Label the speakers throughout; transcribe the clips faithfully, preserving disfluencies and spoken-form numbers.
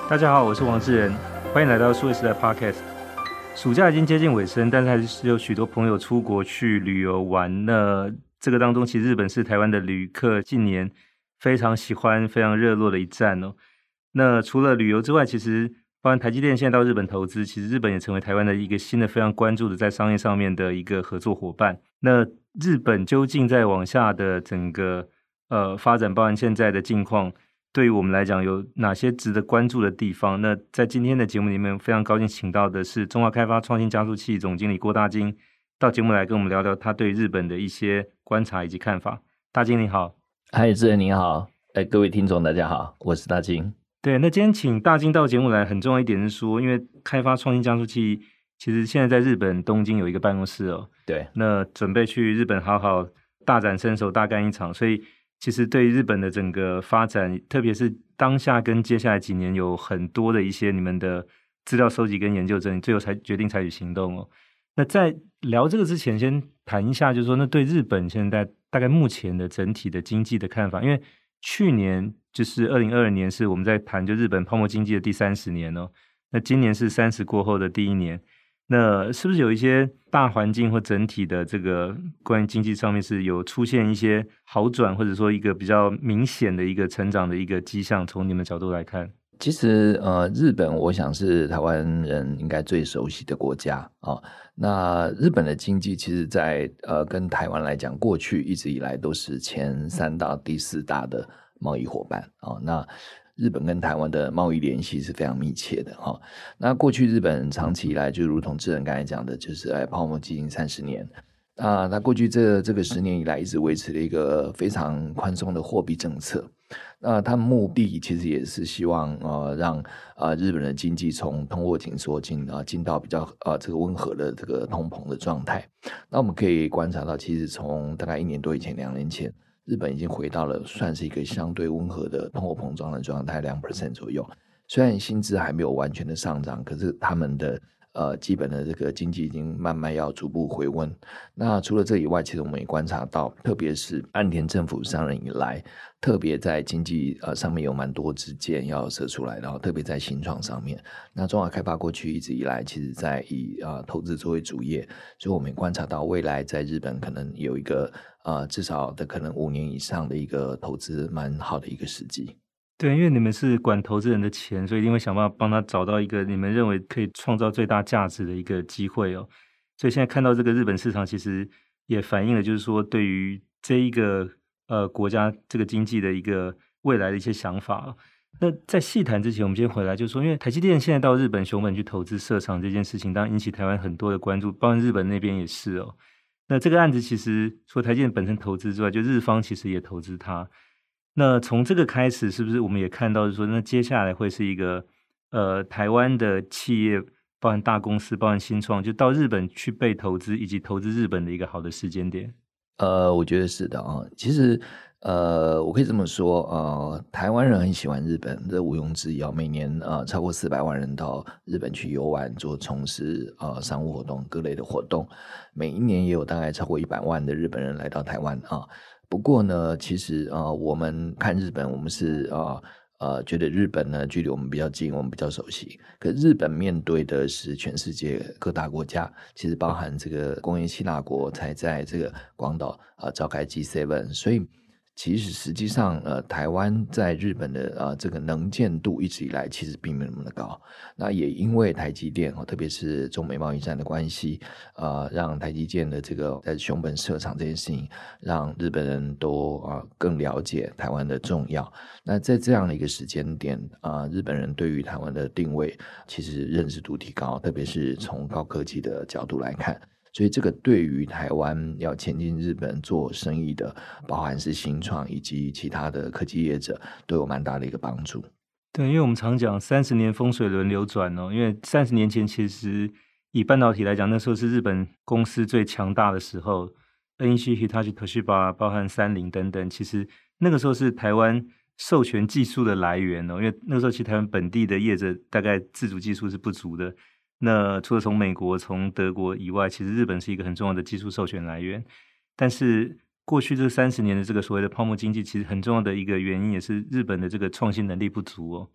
Speaker 1: 大家好，我是王志仁，欢迎来到数位时代 Podcast。 暑假已经接近尾声，但是还是有许多朋友出国去旅游玩。那这个当中，其实日本是台湾的旅客近年非常喜欢、非常热络的一站哦。那除了旅游之外，其实包含台积电现在到日本投资，其实日本也成为台湾的一个新的非常关注的在商业上面的一个合作伙伴。那日本究竟在往下的整个呃发展，包含现在的境况，对于我们来讲有哪些值得关注的地方？那在今天的节目里面，非常高兴请到的是中华开发创新加速器总经理郭大金，到节目来跟我们聊聊他对日本的一些观察以及看法。大金你好。
Speaker 2: 嗨，志仁你好。哎，各位听众大家好，我是大金。
Speaker 1: 对，那今天请大金到节目来，很重要一点是说，因为开发创新加速器其实现在在日本东京有一个办公室哦，
Speaker 2: 对，
Speaker 1: 那准备去日本好好大展身手，大干一场，所以其实对日本的整个发展，特别是当下跟接下来几年，有很多的一些你们的资料收集跟研究整理，最后才决定采取行动哦。那在聊这个之前，先谈一下，就是说，那对日本现在大概目前的整体的经济的看法，因为去年就是二零二二年是我们在谈就日本泡沫经济的第三十年哦，那今年是三十过后的第一年。那是不是有一些大环境或整体的这个关于经济上面是有出现一些好转，或者说一个比较明显的一个成长的一个迹象？从你们角度来看，
Speaker 2: 其实呃，日本我想是台湾人应该最熟悉的国家啊、哦。那日本的经济其实在呃跟台湾来讲，过去一直以来都是前三大、第四大的贸易伙伴啊、哦。那日本跟台湾的贸易联系是非常密切的哈、哦。那过去日本长期以来就如同志仁刚才讲的，就是在泡沫经营三十年啊，那过去这这个十年以来一直维持了一个非常宽松的货币政策。那他们目的其实也是希望呃让呃日本的经济从通货紧缩进啊进到比较呃这个温和的这个通膨的状态。那我们可以观察到，其实从大概一年多以前、两年前，日本已经回到了算是一个相对温和的通货膨胀的状态，两 percent 左右。虽然薪资还没有完全的上涨，可是他们的呃基本的这个经济已经慢慢要逐步回温。那除了这以外，其实我们也观察到，特别是岸田政府上任以来，特别在经济呃上面有蛮多支箭要射出来，然后特别在新创上面。那中华开发过去一直以来，其实在以呃投资作为主业，所以我们也观察到未来在日本可能有一个呃至少的可能五年以上的一个投资蛮好的一个时机。
Speaker 1: 对，因为你们是管投资人的钱，所以一定会想办法帮他找到一个你们认为可以创造最大价值的一个机会哦。所以现在看到这个日本市场，其实也反映了就是说对于这一个呃国家这个经济的一个未来的一些想法哦。那在细谈之前，我们先回来就是说，因为台积电现在到日本熊本去投资设厂这件事情，当然引起台湾很多的关注，包括日本那边也是哦。那这个案子其实除了台积电本身投资之外，就日方其实也投资它。那从这个开始，是不是我们也看到说，那接下来会是一个呃台湾的企业，包含大公司，包含新创，就到日本去被投资，以及投资日本的一个好的时间点？
Speaker 2: 呃，我觉得是的啊。其实，呃，我可以这么说，呃，台湾人很喜欢日本，这毋庸置疑啊。每年呃超过四百万人到日本去游玩，做从事呃商务活动各类的活动，每一年也有大概超过一百万的日本人来到台湾啊。不过呢，其实呃，我们看日本，我们是呃呃觉得日本呢距离我们比较近，我们比较熟悉。可日本面对的是全世界各大国家，其实包含这个工业七大国才在这个广岛呃召开 G 七， 所以其实实际上呃台湾在日本的呃这个能见度一直以来其实并没有那么的高。那也因为台积电哦，特别是中美贸易战的关系，呃让台积电的这个在熊本设厂这件事情，让日本人都呃更了解台湾的重要。那在这样的一个时间点啊、呃，日本人对于台湾的定位其实认识度提高，特别是从高科技的角度来看。所以这个对于台湾要前进日本做生意的，包含是新创以及其他的科技业者，都有蛮大的一个帮助。
Speaker 1: 对，因为我们常讲三十年风水轮流转哦，因为三十年前其实以半导体来讲，那时候是日本公司最强大的时候 ，N E C、Hitachi、Toshiba， 包含三菱等等，其实那个时候是台湾授权技术的来源哦，因为那个时候其实台湾本地的业者大概自主技术是不足的。那除了从美国、从德国以外，其实日本是一个很重要的技术授权来源。但是过去这三十年的这个所谓的泡沫经济，其实很重要的一个原因也是日本的这个创新能力不足哦。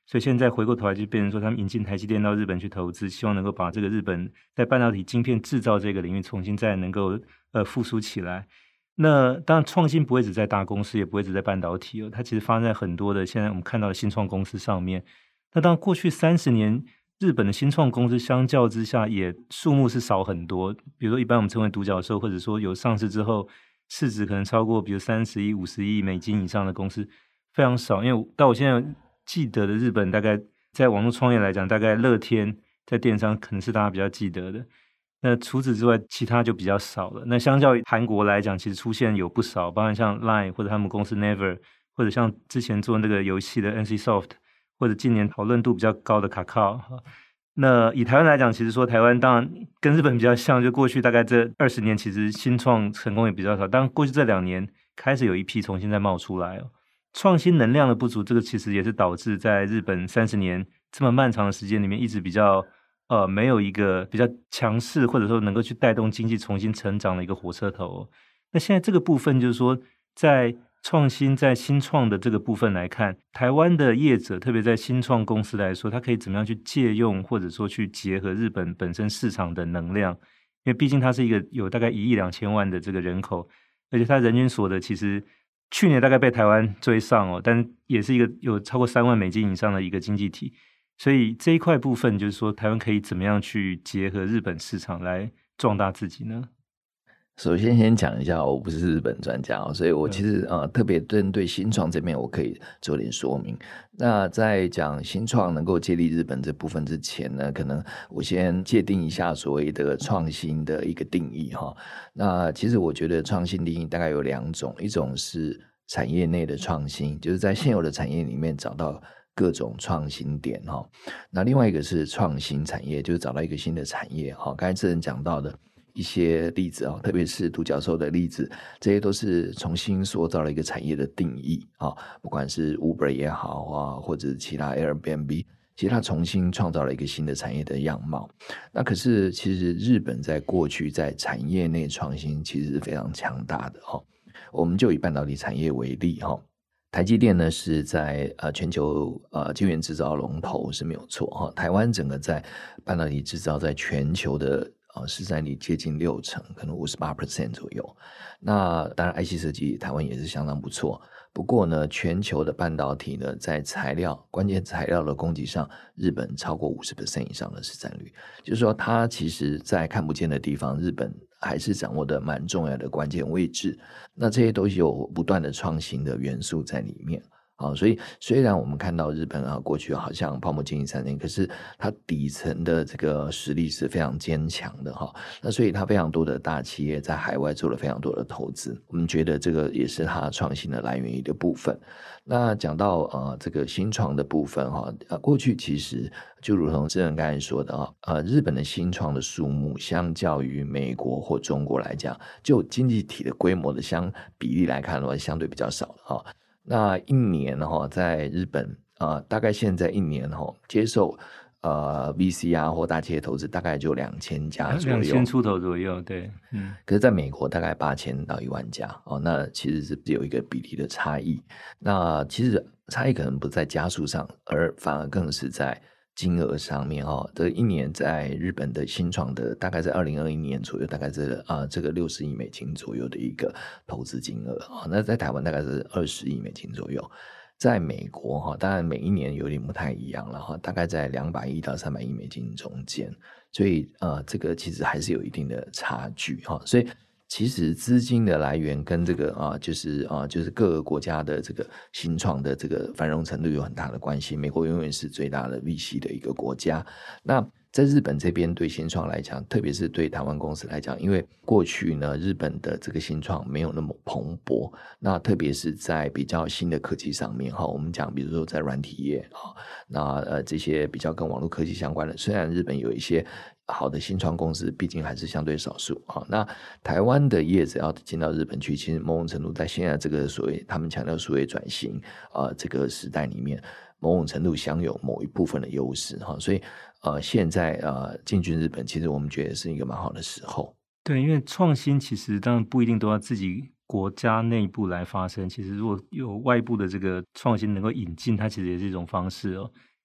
Speaker 1: 所以现在回过头来就变成说他们引进台积电到日本去投资，希望能够把这个日本在半导体晶片制造这个领域重新再能够呃复苏起来。那当然创新不会只在大公司，也不会只在半导体哦，它其实发生在很多的现在我们看到的新创公司上面。那当然过去三十年日本的新创公司相较之下也数目是少很多，比如说一般我们称为独角兽，或者说有上市之后市值可能超过比如三十亿五十亿美金以上的公司非常少。因为到我现在记得的日本大概在网络创业来讲，大概乐天在电商可能是大家比较记得的，那除此之外其他就比较少了。那相较于韩国来讲，其实出现有不少，包含像 Line 或者他们公司 Never， 或者像之前做那个游戏的 N C Soft， 或者近年讨论度比较高的 Kakao。 那以台湾来讲，其实说台湾当然跟日本比较像，就过去大概这二十年其实新创成功也比较少，当然过去这两年开始有一批重新再冒出来哦。创新能量的不足，这个其实也是导致在日本三十年这么漫长的时间里面一直比较呃没有一个比较强势或者说能够去带动经济重新成长的一个火车头哦。那现在这个部分就是说在创新在新创的这个部分来看，台湾的业者特别在新创公司来说，它可以怎么样去借用或者说去结合日本本身市场的能量，因为毕竟它是一个有大概一亿两千万的这个人口，而且它人均所得其实去年大概被台湾追上哦，但也是一个有超过三万美金以上的一个经济体，所以这一块部分就是说台湾可以怎么样去结合日本市场来壮大自己呢？
Speaker 2: 首先先讲一下，我不是日本专家，所以我其实呃特别针对新创这边我可以做点说明。那在讲新创能够借力日本这部分之前呢，可能我先界定一下所谓的创新的一个定义哈。那其实我觉得创新定义大概有两种，一种是产业内的创新，就是在现有的产业里面找到各种创新点哈。那另外一个是创新产业，就是找到一个新的产业哈。刚才志仁讲到的一些例子，特别是独角兽的例子，这些都是重新塑造了一个产业的定义，不管是 Uber 也好啊，或者其他 Airbnb， 其实它重新创造了一个新的产业的样貌。那可是其实日本在过去在产业内创新其实是非常强大的。我们就以半导体产业为例，台积电呢是在呃全球呃晶圆制造龙头是没有错，台湾整个在半导体制造在全球的呃，市占率接近六成，可能 百分之五十八 左右。那当然 I C 设计台湾也是相当不错，不过呢全球的半导体呢在材料关键材料的供给上，日本超过 百分之五十 以上的市占率，就是说它其实在看不见的地方，日本还是掌握的蛮重要的关键位置。那这些都有不断的创新的元素在里面。好，所以虽然我们看到日本啊过去好像泡沫经济三年，可是它底层的这个实力是非常坚强的哈。那所以它非常多的大企业在海外做了非常多的投资，我们觉得这个也是它创新的来源一个部分。那讲到呃这个新创的部分哈，呃过去其实就如同志仁刚才说的啊，呃日本的新创的数目相较于美国或中国来讲，就经济体的规模的相比例来看的话，相对比较少的哈。那一年在日本、呃、大概现在一年接受呃 V C 啊或大企业投资大概就两千家左右，
Speaker 1: 两千出头左右，对，嗯。
Speaker 2: 可是在美国大概八千到一万家哦，那其实是有一个比例的差异。那其实差异可能不在家数上，而反而更是在金额上面哦。这一年在日本的新创的大概在二零二一年左右，大概是啊、呃、这个六十亿美金左右的一个投资金额啊、哦。那在台湾大概是二十亿美金左右。在美国哈，当然每一年有点不太一样了哈，大概在两百亿到三百亿美金中间，所以呃，这个其实还是有一定的差距哈。所以其实资金的来源跟这个啊，就是啊，就是各个国家的这个新创的这个繁荣程度有很大的关系。美国永远是最大的 V C 的一个国家，那在日本这边对新创来讲，特别是对台湾公司来讲，因为过去呢日本的这个新创没有那么蓬勃，那特别是在比较新的科技上面，我们讲比如说在软体业，那呃这些比较跟网络科技相关的，虽然日本有一些好的新创公司，毕竟还是相对少数。那台湾的业者要进到日本去，其实某种程度在现在这个所谓他们强调数位转型、呃、这个时代里面，某种程度享有某一部分的优势，所以呃，现在呃进军日本，其实我们觉得是一个蛮好的时候。
Speaker 1: 对，因为创新其实当然不一定都要自己国家内部来发生，其实如果有外部的这个创新能够引进，它其实也是一种方式哦。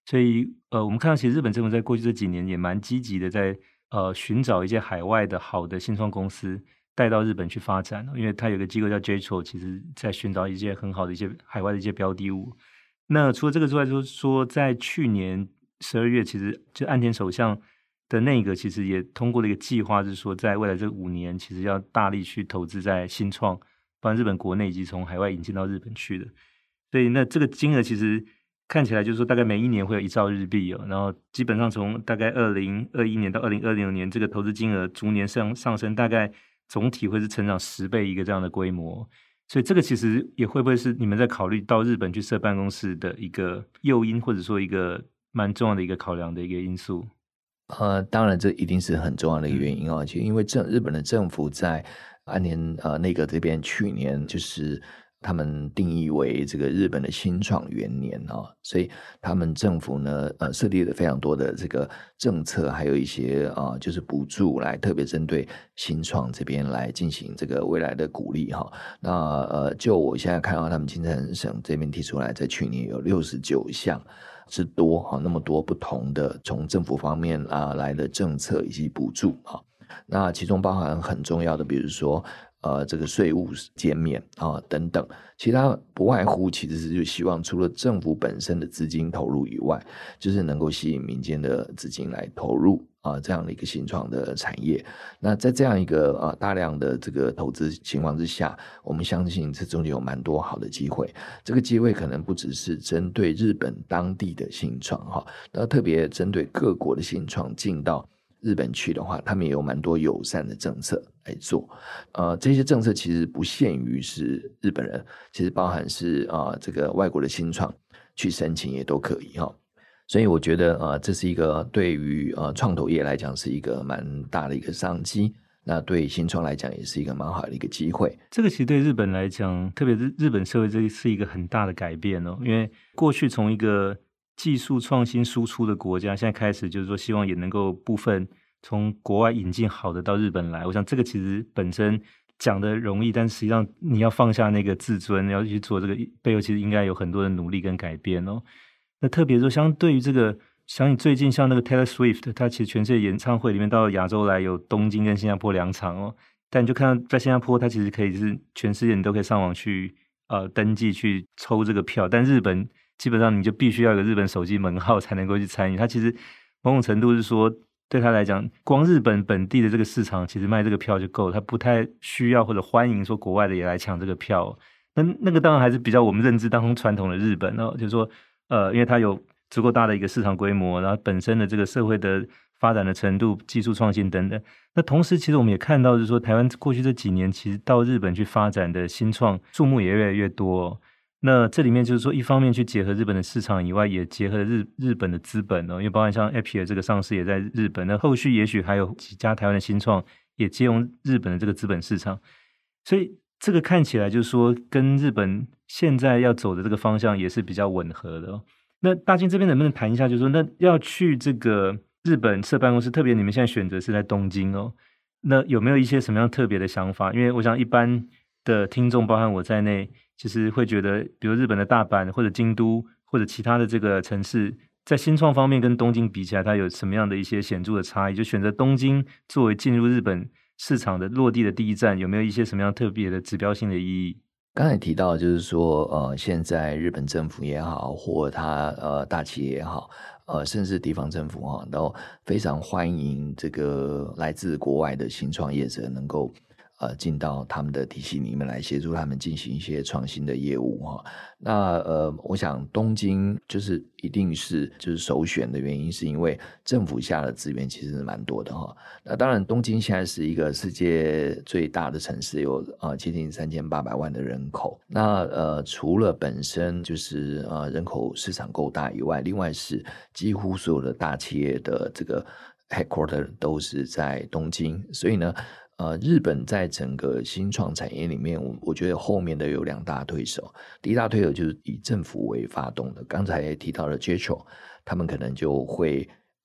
Speaker 1: 所以呃，我们看到其实日本政府在过去这几年也蛮积极的在呃寻找一些海外的好的新创公司带到日本去发展，因为它有个机构叫 J T R O， 其实在寻找一些很好的一些海外的一些标的物。那除了这个之外，就是说在去年十二月，其实就岸田首相的内阁其实也通过了一个计划，是说在未来这五年，其实要大力去投资在新创，包括日本国内以及从海外引进到日本去的。所以那这个金额其实看起来就是说大概每一年会有一兆日币哦，然后基本上从大概二零二一年到二零二零年，这个投资金额逐年上上升，大概总体会是成长十倍一个这样的规模。所以这个其实也会不会是你们在考虑到日本去设办公室的一个诱因，或者说一个蛮重要的一个考量的一个因素？
Speaker 2: 呃，当然这一定是很重要的一个原因哦。其实因为政日本的政府在安田呃内阁这边去年就是他们定义为这个日本的新创元年哦，所以他们政府呢呃设立了非常多的这个政策，还有一些啊、呃、就是补助来特别针对新创这边来进行这个未来的鼓励哈、哦。那呃就我现在看到他们金城省这边提出来，在去年有六十九项。之多哈，那么多不同的从政府方面啊来的政策以及补助哈，那其中包含很重要的，比如说呃这个税务减免啊等等，其他不外乎其实是就希望除了政府本身的资金投入以外，就是能够吸引民间的资金来投入。啊，这样的一个新创的产业，那在这样一个啊大量的这个投资情况之下，我们相信这中间有蛮多好的机会。这个机会可能不只是针对日本当地的新创哈，那特别针对各国的新创进到日本去的话，他们也有蛮多友善的政策来做。呃，这些政策其实不限于是日本人，其实包含是啊、呃、这个外国的新创去申请也都可以哈。所以我觉得呃，这是一个对于呃创投业来讲是一个蛮大的一个商机，那对新创来讲也是一个蛮好的一个机会。
Speaker 1: 这个其实对日本来讲，特别是日本社会，这是一个很大的改变哦。因为过去从一个技术创新输出的国家，现在开始就是说希望也能够部分从国外引进好的到日本来。我想这个其实本身讲的容易，但实际上你要放下那个自尊，要去做这个背后，其实应该有很多的努力跟改变哦。那特别说，相对于这个，相信最近像那个 Taylor Swift， 他其实全世界演唱会里面到亚洲来有东京跟新加坡两场哦，但你就看到在新加坡，他其实可以是全世界你都可以上网去呃登记去抽这个票，但日本基本上你就必须要有个日本手机门号才能够去参与。他其实某种程度是说，对他来讲，光日本本地的这个市场其实卖这个票就够了，他不太需要或者欢迎说国外的也来抢这个票哦。那那个当然还是比较我们认知当中传统的日本哦，就是说。呃，因为它有足够大的一个市场规模，然后本身的这个社会的发展的程度、技术创新等等。那同时，其实我们也看到，就是说台湾过去这几年，其实到日本去发展的新创数目也越来越多哦。那这里面就是说，一方面去结合日本的市场以外，也结合日日本的资本哦，因为包含像 Appier 这个上市也在日本，那后续也许还有几家台湾的新创也借用日本的这个资本市场，所以。这个看起来就是说，跟日本现在要走的这个方向也是比较吻合的哦。那大金这边能不能谈一下，就是说，那要去这个日本设办公室，特别你们现在选择是在东京哦，那有没有一些什么样特别的想法？因为我想一般的听众，包含我在内，其实会觉得，比如日本的大阪或者京都或者其他的这个城市，在新创方面跟东京比起来，它有什么样的一些显著的差异？就选择东京作为进入日本市场的落地的第一站，有没有一些什么样特别的指标性的意义？
Speaker 2: 刚才提到就是说，呃，现在日本政府也好，或它呃大企业也好，呃，甚至地方政府哈，都非常欢迎这个来自国外的新创业者能够呃进到他们的体系里面来协助他们进行一些创新的业务哈。那呃，我想东京就是一定是就是首选的原因，是因为政府下的资源其实是蛮多的哈。那当然，东京现在是一个世界最大的城市，有呃接近三千八百万的人口。那呃，除了本身就是呃人口市场够大以外，另外是几乎所有的大企业的这个 headquarter 都是在东京，所以呢。呃，日本在整个新创产业里面，我我觉得后面的有两大推手。第一大推手就是以政府为发动的，刚才也提到了 J T R O， 他们可能就会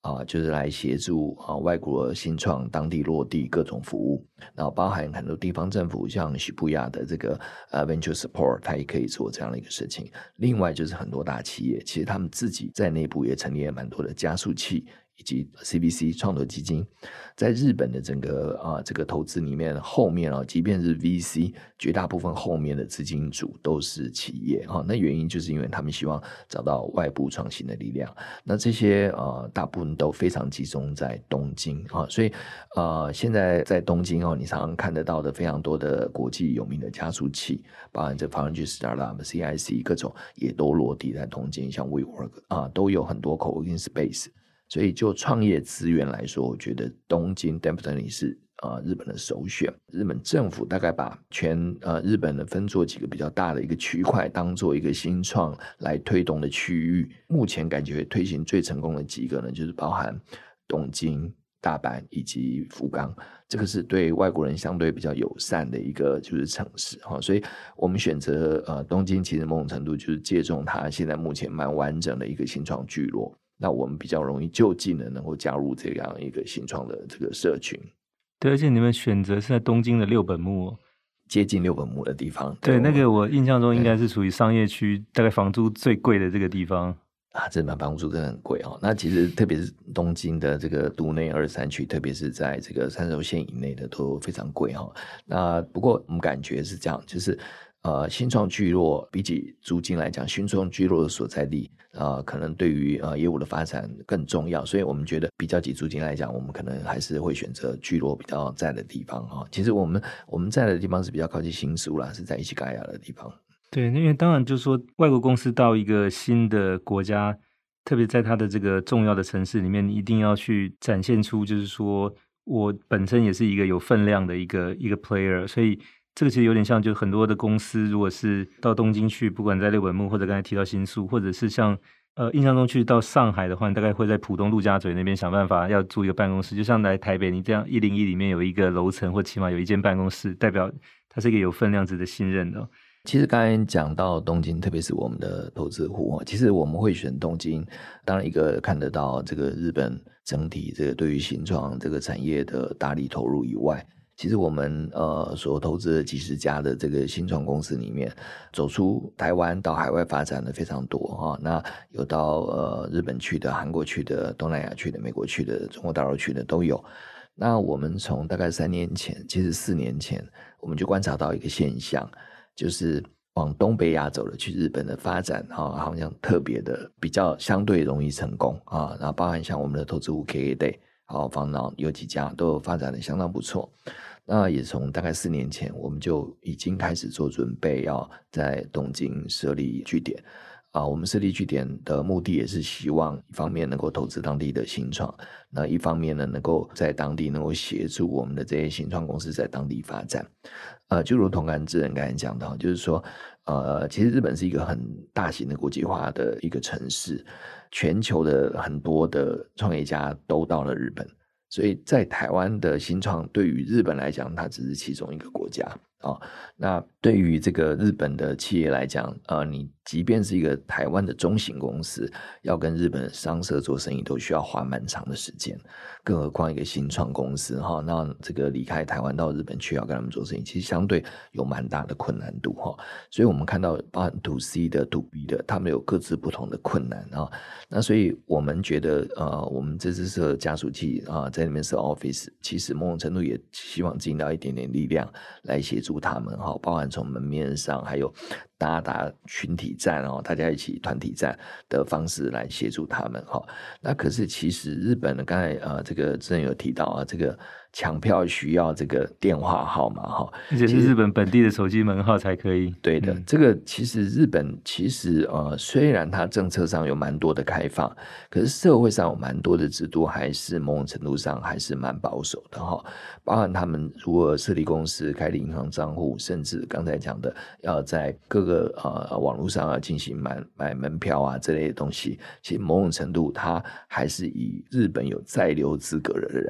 Speaker 2: 啊，就是来协助啊外国新创当地落地各种服务，然后包含很多地方政府，像喜布亚的这个呃 venture support， 它也可以做这样的一个事情。另外就是很多大企业，其实他们自己在内部也成立了蛮多的加速器，以及 C V C 创投基金。在日本的整个啊这个投资里面，后面啊即便是 V C， 绝大部分后面的资金主都是企业啊。那原因就是因为他们希望找到外部创新的力量。那这些呃大部分都非常集中在东京啊，所以呃现在在东京哦，你常常看得到的非常多的国际有名的加速器，包含这 Foundry Startup、C I C 各种也都落地在东京，像 WeWork 啊都有很多 Co-working Space。所以就创业资源来说，我觉得东京 definitely 是呃日本的首选。日本政府大概把全呃日本的分作几个比较大的一个区块，当做一个新创来推动的区域。目前感觉推行最成功的几个呢，就是包含东京、大阪以及福冈，这个是对外国人相对比较友善的一个就是城市哈，所以我们选择呃东京，其实某种程度就是借重它现在目前蛮完整的一个新创聚落。那我们比较容易就近的能够加入这样一个新创的这个社群。
Speaker 1: 对，而且你们选择是在东京的六本木、哦、
Speaker 2: 接近六本木的地方。
Speaker 1: 对，那个我印象中应该是属于商业区，大概房租最贵的这个地方
Speaker 2: 啊，这蛮房租真的很贵哦。那其实特别是东京的这个都内二三区，特别是在这个三手线以内的都非常贵哦。那不过我们感觉是这样，就是呃，新创聚落比起租金来讲，新创聚落的所在地呃，可能对于呃业务的发展更重要，所以我们觉得比较起租金来讲，我们可能还是会选择聚落比较在的地方哈、哦。其实我们我们在的地方是比较靠近新宿啦，是在伊西嘎亚的地方。
Speaker 1: 对，因为当然就是说，外国公司到一个新的国家，特别在它的这个重要的城市里面，你一定要去展现出，就是说我本身也是一个有分量的一个一个 player， 所以这个其实有点像，就很多的公司如果是到东京去，不管在六本木或者刚才提到新宿，或者是像呃印象中去到上海的话，你大概会在浦东陆家嘴那边想办法要租一个办公室，就像来台北你这样一零一里面有一个楼层，或起码有一间办公室，代表它是一个有分量值得信任的、哦。
Speaker 2: 其实刚才讲到东京，特别是我们的投资户，其实我们会选东京，当然一个看得到这个日本整体这个对于新创这个产业的大力投入以外，其实我们呃所投资的几十家的这个新创公司里面，走出台湾到海外发展的非常多哈、哦。那有到呃日本去的、韩国去的、东南亚去的、美国去的、中国大陆去的都有。那我们从大概三年前，其实四年前，我们就观察到一个现象。就是往东北亚走了，去日本的发展啊，好像特别的比较相对容易成功啊。然后包含像我们的投资户 K K Day， 好方脑有几家都发展的相当不错。那也从大概四年前，我们就已经开始做准备，要在东京设立据点。啊，我们设立据点的目的也是希望一方面能够投资当地的新创，那一方面呢，能够在当地能够协助我们的这些新创公司在当地发展。呃，就如同刚才智仁刚才讲到，就是说，呃，其实日本是一个很大型的国际化的一个城市，全球的很多的创业家都到了日本，所以在台湾的新创对于日本来讲，它只是其中一个国家。哦，那对于这个日本的企业来讲，呃，你即便是一个台湾的中型公司，要跟日本商社做生意，都需要花蛮长的时间，更何况一个新创公司哈、哦，那这个离开台湾到日本去要跟他们做生意，其实相对有蛮大的困难度哈、哦。所以我们看到包含 to C 的 to B 的，他们有各自不同的困难啊、哦。那所以我们觉得，呃，我们这次设加速器啊、呃，在里面设 office， 其实某种程度也希望尽到一点点力量来协助他们哈，包含从门面上，还有打打群体战哦，大家一起团体战的方式来协助他们哈。那可是其实日本呢，刚才呃这个之前有提到啊，这个抢票需要这个电话号码哈，
Speaker 1: 而且是日本本地的手机门号才可以。
Speaker 2: 对的，嗯、这个其实日本其实呃虽然它政策上有蛮多的开放，可是社会上有蛮多的制度还是某种程度上还是蛮保守的哈。包含他们如果设立公司、开立银行账户，甚至刚才讲的要在各个呃网络上要进行买买门票啊这类的东西，其实某种程度它还是以日本有在留资格的人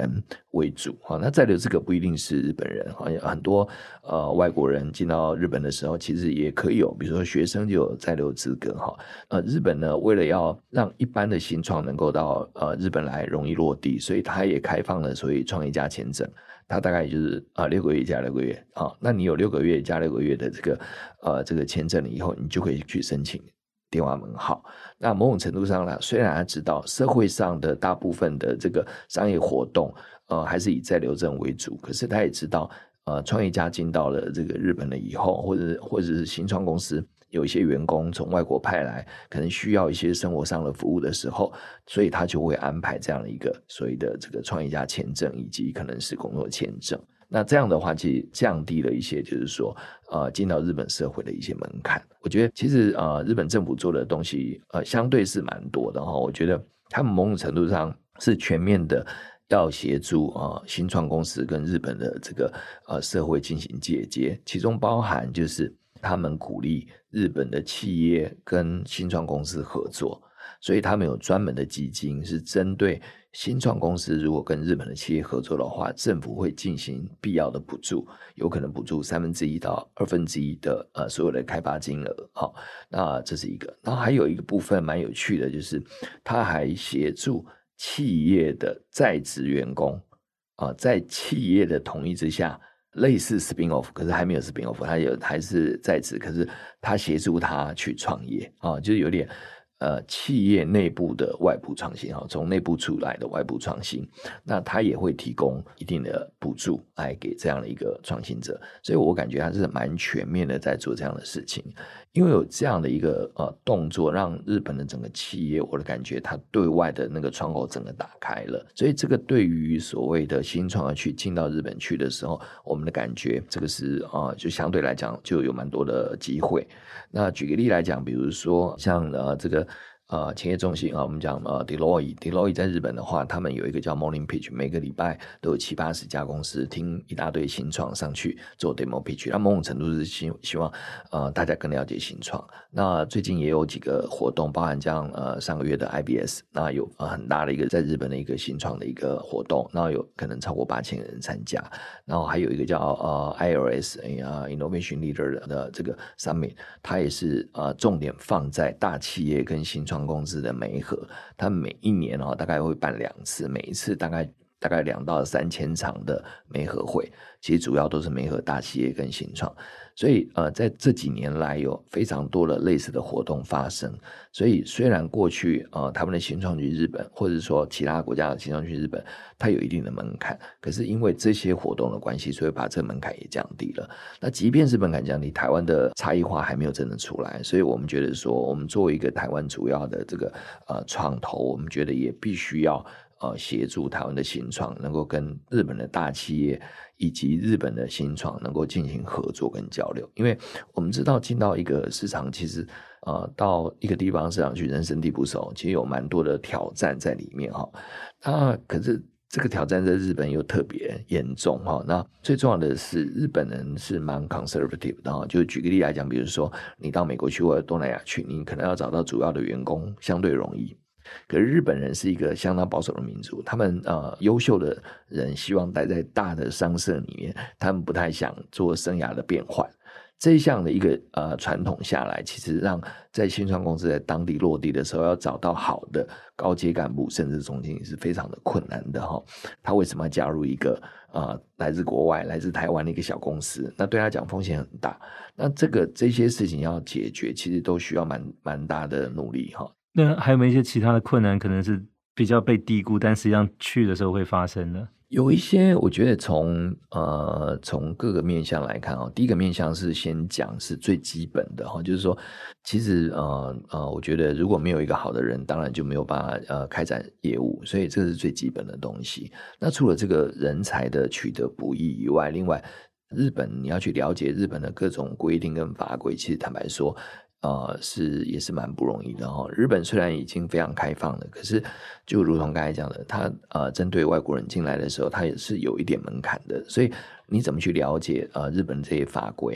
Speaker 2: 为主。好，那在留资格不一定是日本人，很多呃外国人进到日本的时候，其实也可以有，比如说学生就有在留资格哈。呃，日本呢，为了要让一般的新创能够到呃日本来容易落地，所以它也开放了所谓创业家签证。它大概也就是啊、呃、六个月加六个月啊、哦，那你有六个月加六个月的这个呃这个签证了以后，你就可以去申请电话门号。那某种程度上呢，虽然他知道社会上的大部分的这个商业活动呃还是以在留证为主，可是他也知道呃创业家进到了这个日本了以后，或者或者是新创公司有一些员工从外国派来，可能需要一些生活上的服务的时候，所以他就会安排这样的一个所谓的这个创业家签证，以及可能是工作签证。那这样的话，其实降低了一些，就是说，呃，进到日本社会的一些门槛。我觉得，其实呃，日本政府做的东西，呃，相对是蛮多的哈。我觉得他们某种程度上是全面的，要协助啊、呃、新创公司跟日本的这个呃社会进行借接，其中包含就是他们鼓励日本的企业跟新创公司合作。所以他们有专门的基金是针对新创公司如果跟日本的企业合作的话，政府会进行必要的补助，有可能补助三分之一到二分之一的呃所有的开发金额。好，那这是一个。然后还有一个部分蛮有趣的，就是他还协助企业的在职员工啊、呃，在企业的同意之下，类似 spin off， 可是还没有 spin off， 他有还是在职，可是他协助他去创业啊、呃，就是有点。呃，企业内部的外部创新，从内部出来的外部创新，那他也会提供一定的补助来给这样的一个创新者，所以我感觉他是蛮全面的在做这样的事情。因为有这样的一个呃动作，让日本的整个企业，我的感觉它对外的那个窗口整个打开了，所以这个对于所谓的新创要去进到日本去的时候，我们的感觉这个是啊、呃，就相对来讲就有蛮多的机会。那举个例来讲，比如说像呃这个。呃，企业中心啊，我们讲呃 Deloitte，Deloitte 在日本的话，他们有一个叫 Morning Pitch， 每个礼拜都有七八十家公司听一大堆新创上去做 Demo Pitch， 那某种程度是希希望呃大家更了解新创。那最近也有几个活动，包含这样呃上个月的 I B S， 那有、呃、很大的一个在日本的一个新创的一个活动，那有可能超过八千人参加，然后还有一个叫呃 I L S 啊 Innovation Leader 的这个 Summit， 它也是呃重点放在大企业跟新创公司的媒合，它每一年、哦、大概会办两次，每一次大概大概两到三千场的媒合会，其实主要都是媒合大企业跟新创，所以呃在这几年来有非常多的类似的活动发生。所以虽然过去呃他们的新创去日本，或者说其他国家的新创去日本，它有一定的门槛，可是因为这些活动的关系，所以把这个门槛也降低了。那即便是门槛降低，台湾的差异化还没有真的出来，所以我们觉得说，我们作为一个台湾主要的这个呃创投，我们觉得也必须要呃协助台湾的新创能够跟日本的大企业以及日本的新创能够进行合作跟交流。因为我们知道进到一个市场，其实呃到一个地方市场去人生地不熟，其实有蛮多的挑战在里面哈。那可是这个挑战在日本又特别严重哈。那最重要的是日本人是蛮 conservative 的哈。就举个例来讲，比如说你到美国去或者东南亚去，你可能要找到主要的员工相对容易。可是日本人是一个相当保守的民族，他们呃优秀的人希望待在大的商社里面，他们不太想做生涯的变换。这项的一个呃传统下来，其实让在新创公司在当地落地的时候，要找到好的高阶干部甚至总经理是非常的困难的哈。他为什么要加入一个呃来自国外、来自台湾的一个小公司？那对他讲风险很大。那这个这些事情要解决，其实都需要蛮蛮大的努力哈。
Speaker 1: 那还有没有一些其他的困难，可能是比较被低估，但实际上去的时候会发生的？
Speaker 2: 有一些，我觉得从呃从各个面向来看哦，第一个面向是先讲是最基本的哈，就是说，其实呃呃，我觉得如果没有一个好的人，当然就没有办法呃开展业务，所以这是最基本的东西。那除了这个人才的取得不易以外，另外日本你要去了解日本的各种规定跟法规，其实坦白说。呃，是也是蛮不容易的哈、哦。日本虽然已经非常开放了，可是就如同刚才讲的，它呃针对外国人进来的时候，它也是有一点门槛的。所以你怎么去了解呃日本这些法规？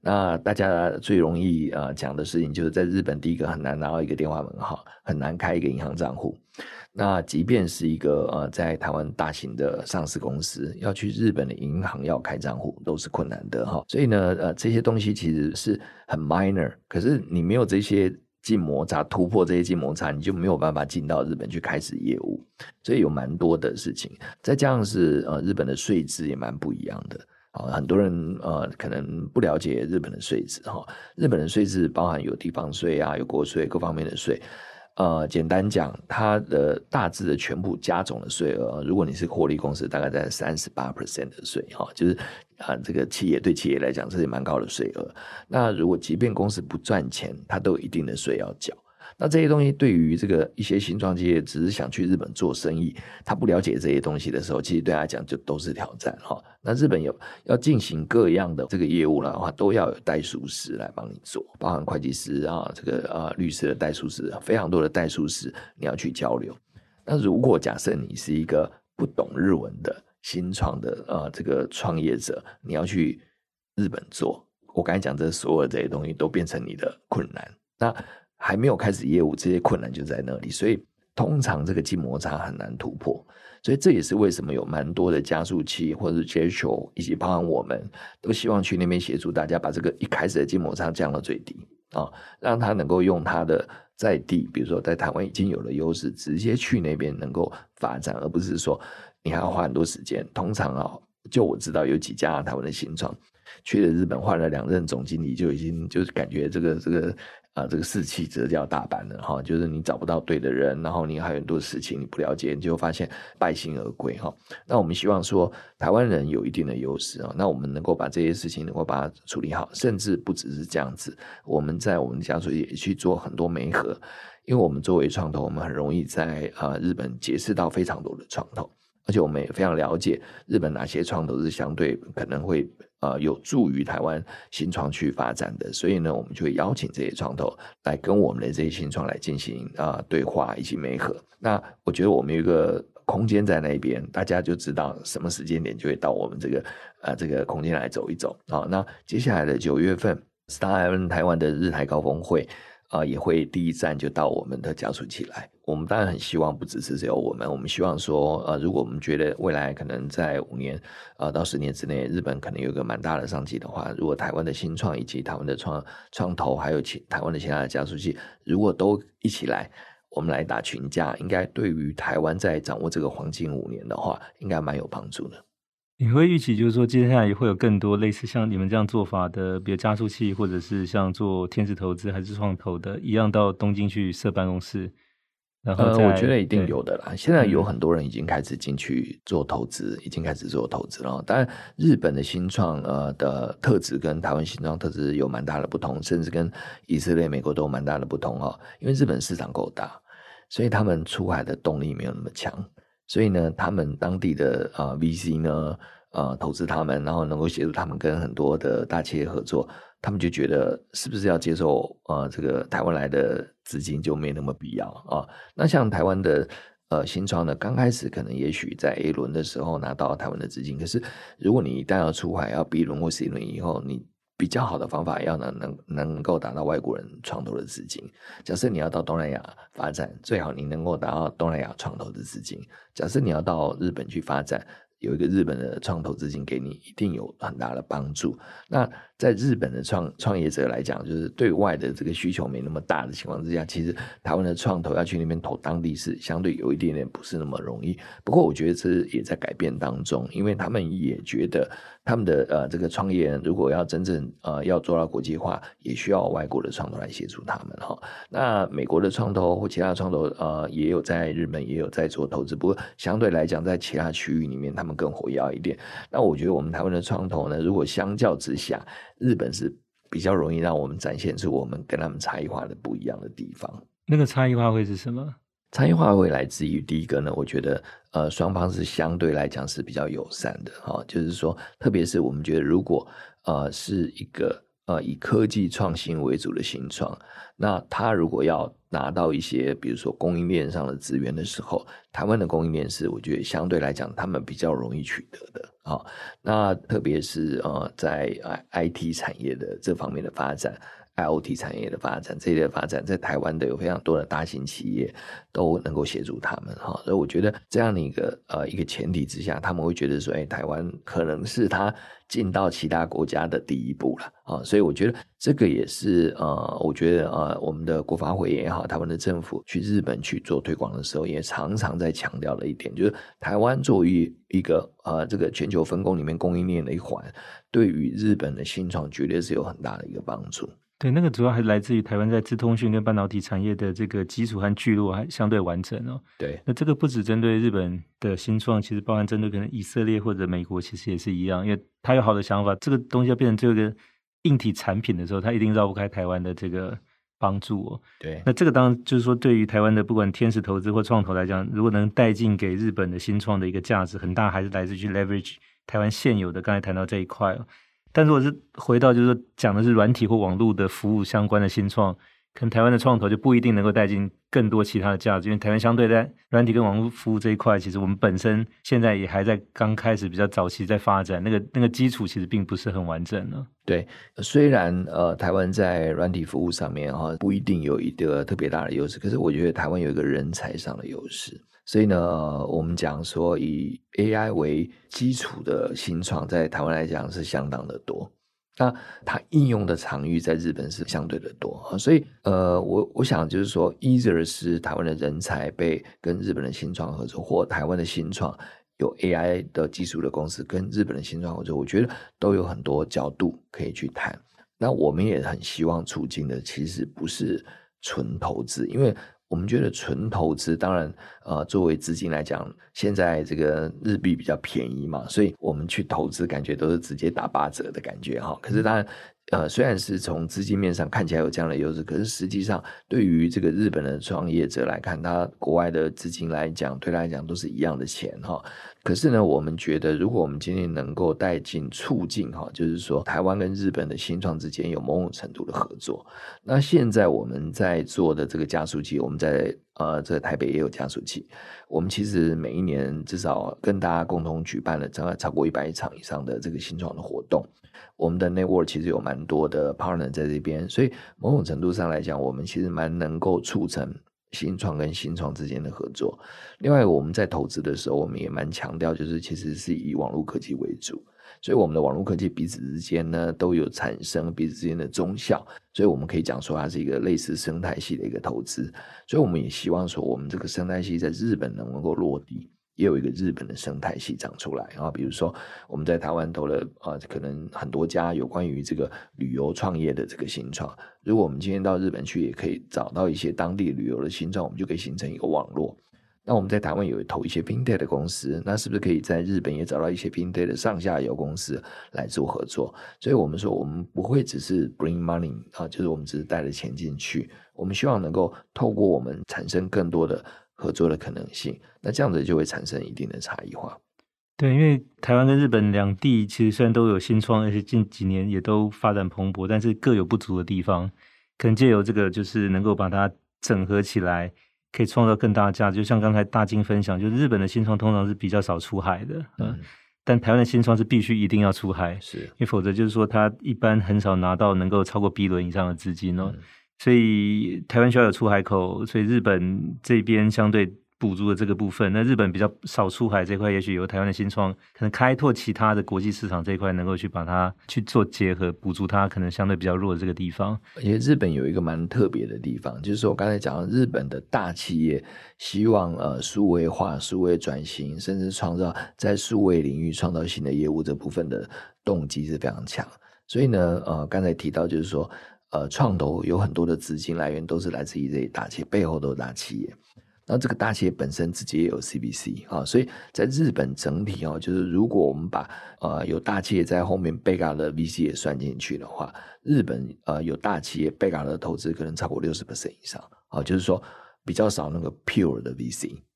Speaker 2: 那大家最容易呃讲的事情就是在日本，第一个很难拿到一个电话门号，很难开一个银行账户。那即便是一个呃在台湾大型的上市公司要去日本的银行要开账户都是困难的哈。所以呢呃这些东西其实是很 minor， 可是你没有这些禁摩擦，突破这些禁摩擦，你就没有办法进到日本去开始业务。所以有蛮多的事情，再加上是呃日本的税制也蛮不一样的。啊，很多人呃可能不了解日本的税制哈。日本的税制包含有地方税啊，有国税各方面的税。呃，简单讲，它的大致的全部加总的税额，如果你是获利公司，大概在 百分之三十八 的税哈，就是啊、呃，这个企业对企业来讲，这是蛮高的税额。那如果即便公司不赚钱，它都有一定的税要缴。那这些东西对于这个一些新创企业只是想去日本做生意，他不了解这些东西的时候，其实对他来讲就都是挑战哈。那日本有要进行各样的这个业务的话，都要有代书师来帮你做，包含会计师啊，这个啊律师的代书师，非常多的代书师你要去交流。那如果假设你是一个不懂日文的新创的呃这个创业者，你要去日本做，我刚才讲这所有的这些东西都变成你的困难。那还没有开始业务，这些困难就在那里，所以通常这个禁摩擦很难突破。所以这也是为什么有蛮多的加速器或者是 J 球以及包含我们都希望去那边协助大家把这个一开始的禁摩擦降到最低啊，让他能够用他的在地，比如说在台湾已经有了优势，直接去那边能够发展，而不是说你还要花很多时间。通常啊，就我知道有几家台湾的新创去了日本换了两任总经理，就已经就是感觉这个这个啊、呃、这个士气折叫大阪了哈，就是你找不到对的人，然后你还有很多事情你不了解，你就发现败兴而归哈。那我们希望说台湾人有一定的优势啊，那我们能够把这些事情能够把它处理好，甚至不只是这样子，我们在我们家族也去做很多媒合，因为我们作为创投，我们很容易在啊、呃、日本结识到非常多的创投。而且我们也非常了解日本哪些创投是相对可能会呃有助于台湾新创去发展的，所以呢，我们就会邀请这些创投来跟我们的这些新创来进行啊、呃、对话以及媒合。那我觉得我们有一个空间在那边，大家就知道什么时间点就会到我们这个呃这个空间来走一走啊。那接下来的九月份 Star Island 台湾的日台高峰会。啊、呃，也会第一站就到我们的加速器来。我们当然很希望不只是只有我们，我们希望说，呃，如果我们觉得未来可能在五年，呃，到十年之内，日本可能有一个蛮大的商机的话，如果台湾的新创以及台湾的创创投，还有其台湾的其他的加速器，如果都一起来，我们来打群架，应该对于台湾在掌握这个黄金五年的话，应该蛮有帮助的。
Speaker 1: 你会预期就是说接下来会有更多类似像你们这样做法的，比如加速器或者是像做天使投资还是创投的一样到东京去设办公室，然后
Speaker 2: 呃，我觉得一定有的啦。现在有很多人已经开始进去做投资，嗯、已经开始做投资了。当然，日本的新创呃的特质跟台湾新创特质有蛮大的不同，甚至跟以色列、美国都有蛮大的不同哦。因为日本市场够大，所以他们出海的动力没有那么强。所以呢，他们当地的呃 V C 呢，呃投资他们，然后能够协助他们跟很多的大企业合作，他们就觉得是不是要接受呃这个台湾来的资金就没那么必要啊。那像台湾的呃新创呢，刚开始可能也许在 A 轮的时候拿到台湾的资金，可是如果你一旦要出海，要 B 轮或 C 轮以后，你比较好的方法要能能能够达到外国人创投的资金。假设你要到东南亚发展，最好你能够达到东南亚创投的资金。假设你要到日本去发展，有一个日本的创投资金给你，一定有很大的帮助。那在日本的创创业者来讲，就是对外的这个需求没那么大的情况之下，其实台湾的创投要去那边投当地是相对有一点点不是那么容易。不过我觉得这也在改变当中，因为他们也觉得他们的呃这个创业人如果要真正呃要做到国际化，也需要外国的创投来协助他们哈。那美国的创投或其他的创投呃也有在日本也有在做投资，不过相对来讲在其他区域里面他们更活跃一点。那我觉得我们台湾的创投呢，如果相较之下，日本是比较容易让我们展现出我们跟他们差异化的不一样的地方。
Speaker 1: 那个差异化会是什么？
Speaker 2: 差异化会来自于第一个呢，我觉得呃双方是相对来讲是比较友善的哈、哦，就是说特别是我们觉得如果呃是一个呃以科技创新为主的新创，那他如果要拿到一些比如说供应链上的资源的时候，台湾的供应链是我觉得相对来讲他们比较容易取得的啊、哦。那特别是呃在 I T 产业的这方面的发展，I O T 产业的发展，这一类的发展，在台湾的有非常多的大型企业都能够协助他们哈，所以我觉得这样的一个呃一个前提之下，他们会觉得说，哎，台湾可能是他进到其他国家的第一步了啊，所以我觉得这个也是呃，我觉得呃我们的国发会也好，台湾的政府去日本去做推广的时候，也常常在强调的一点，就是台湾作为一个呃这个全球分工里面供应链的一环，对于日本的新创绝对是有很大的一个帮助。
Speaker 1: 对，那个主要还来自于台湾在资通讯跟半导体产业的这个基础和聚落还相对完整哦。
Speaker 2: 对，
Speaker 1: 那这个不只针对日本的新创，其实包含针对可能以色列或者美国，其实也是一样，因为他有好的想法，这个东西要变成这个硬体产品的时候，他一定绕不开台湾的这个帮助哦。
Speaker 2: 对，
Speaker 1: 那这个当然就是说，对于台湾的不管天使投资或创投来讲，如果能带进给日本的新创的一个价值很大，还是来自于 leverage 台湾现有的，刚才谈到这一块哦。但如果是回到就是说讲的是软体或网络的服务相关的新创，可能台湾的创投就不一定能够带进更多其他的价值，因为台湾相对在软体跟网络服务这一块，其实我们本身现在也还在刚开始比较早期在发展，那个那个基础其实并不是很完整呢。
Speaker 2: 对，虽然呃台湾在软体服务上面哈、哦、不一定有一个特别大的优势，可是我觉得台湾有一个人才上的优势。所以呢、呃、我们讲说以 A I 为基础的新创在台湾来讲是相当的多，那它应用的场域在日本是相对的多，所以呃我我想就是说 either 是台湾的人才被跟日本的新创合作，或台湾的新创有 A I 的技术的公司跟日本的新创合作，我觉得都有很多角度可以去谈。那我们也很希望促进的其实不是纯投资，因为我们觉得纯投资当然呃，作为资金来讲，现在这个日币比较便宜嘛，所以我们去投资感觉都是直接打八折的感觉哈。可是当然呃，虽然是从资金面上看起来有这样的优势，可是实际上对于这个日本的创业者来看，他国外的资金来讲，对他来讲都是一样的钱哈。可是呢，我们觉得如果我们今天能够带进促进哈，就是说台湾跟日本的新创之间有某种程度的合作，那现在我们在做的这个加速器，我们在呃这个台北也有加速器，我们其实每一年至少跟大家共同举办了超超过一百场以上的这个新创的活动。我们的 network 其实有蛮多的 partner 在这边，所以某种程度上来讲，我们其实蛮能够促成新创跟新创之间的合作。另外我们在投资的时候，我们也蛮强调就是其实是以网络科技为主，所以我们的网络科技彼此之间呢都有产生彼此之间的综效，所以我们可以讲说它是一个类似生态系的一个投资。所以我们也希望说我们这个生态系在日本能够落地，也有一个日本的生态系长出来啊，比如说我们在台湾投了呃，可能很多家有关于这个旅游创业的这个新创，如果我们今天到日本去，也可以找到一些当地旅游的新创，我们就可以形成一个网络。那我们在台湾有投一些 fintech 的公司，那是不是可以在日本也找到一些 fintech 的上下游公司来做合作？所以我们说我们不会只是 bring money 啊，就是我们只是带着钱进去，我们希望能够透过我们产生更多的合作的可能性，那这样子就会产生一定的差异化。
Speaker 1: 对，因为台湾跟日本两地其实虽然都有新创，而且近几年也都发展蓬勃，但是各有不足的地方，可能借由这个就是能够把它整合起来，可以创造更大的价值。就像刚才大金分享，就是日本的新创通常是比较少出海的，嗯、呃，但台湾的新创是必须一定要出海，
Speaker 2: 是
Speaker 1: 因为否则就是说它一般很少拿到能够超过 B 轮以上的资金哦。嗯，所以台湾需要有出海口，所以日本这边相对补足了这个部分。那日本比较少出海这块，也许由台湾的新创可能开拓其他的国际市场这一块，能够去把它去做结合，补足它可能相对比较弱的这个地方。
Speaker 2: 而且日本有一个蛮特别的地方，就是说我刚才讲日本的大企业希望呃数位化、数位转型，甚至创造在数位领域创造新的业务这部分的动机是非常强。所以呢，呃，刚才提到就是说，呃，创投有很多的资金来源都是来自于这些大企业，背后都是大企业。那这个大企业本身自己也有 C V C 啊，所以在日本整体啊，就是如果我们把呃有大企业在后面 back up 的 V C 也算进去的话，日本呃有大企业 back up 的投资可能超过 百分之六十 以上啊，就是说比较少那个 pure 的 V C